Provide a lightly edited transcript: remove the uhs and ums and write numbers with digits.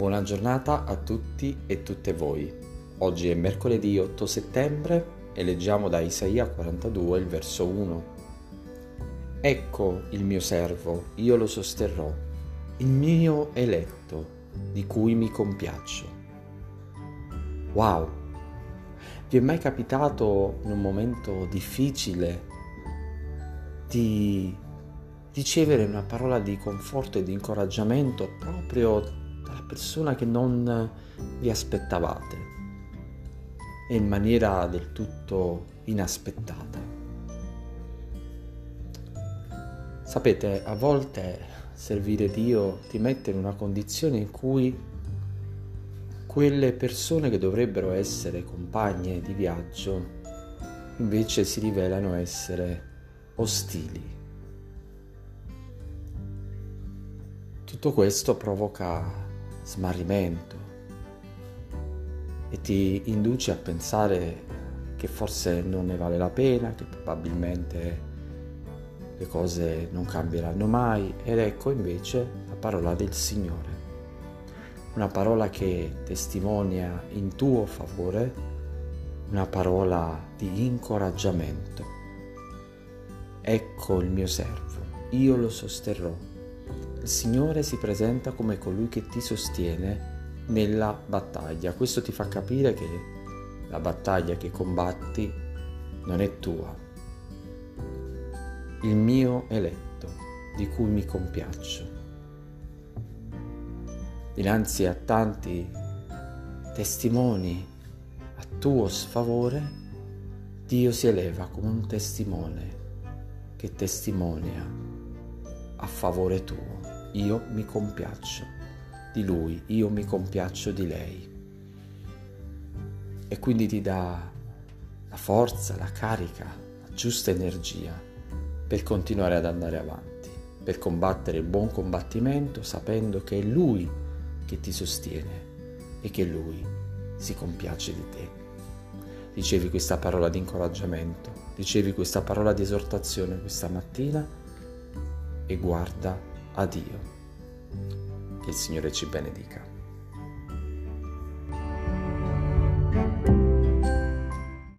Buona giornata a tutti e tutte voi. Oggi è mercoledì 8 settembre e leggiamo da Isaia 42 il verso 1. Ecco il mio servo, io lo sosterrò, il mio eletto, di cui mi compiaccio. Wow! Vi è mai capitato in un momento difficile di ricevere una parola di conforto e di incoraggiamento proprio dalla persona che non vi aspettavate e in maniera del tutto inaspettata? Sapete, a volte servire Dio ti mette in una condizione in cui quelle persone che dovrebbero essere compagne di viaggio invece si rivelano essere ostili. Tutto questo provoca smarrimento e ti induce a pensare che forse non ne vale la pena, che probabilmente le cose non cambieranno mai. Ed ecco invece la parola del Signore, una parola che testimonia in tuo favore, una parola di incoraggiamento. Ecco il mio servo, io lo sosterrò. Il Signore si presenta come colui che ti sostiene nella battaglia. Questo ti fa capire che la battaglia che combatti non è tua. Il mio eletto, di cui mi compiaccio. Dinanzi a tanti testimoni a tuo sfavore, Dio si eleva come un testimone che testimonia a favore tuo. Io mi compiaccio di lui, io mi compiaccio di lei. E quindi ti dà la forza, la carica, la giusta energia per continuare ad andare avanti, per combattere il buon combattimento, sapendo che è lui che ti sostiene e che lui si compiace di te. Ricevi questa parola di incoraggiamento, ricevi questa parola di esortazione questa mattina e guarda a Dio. Che il Signore ci benedica.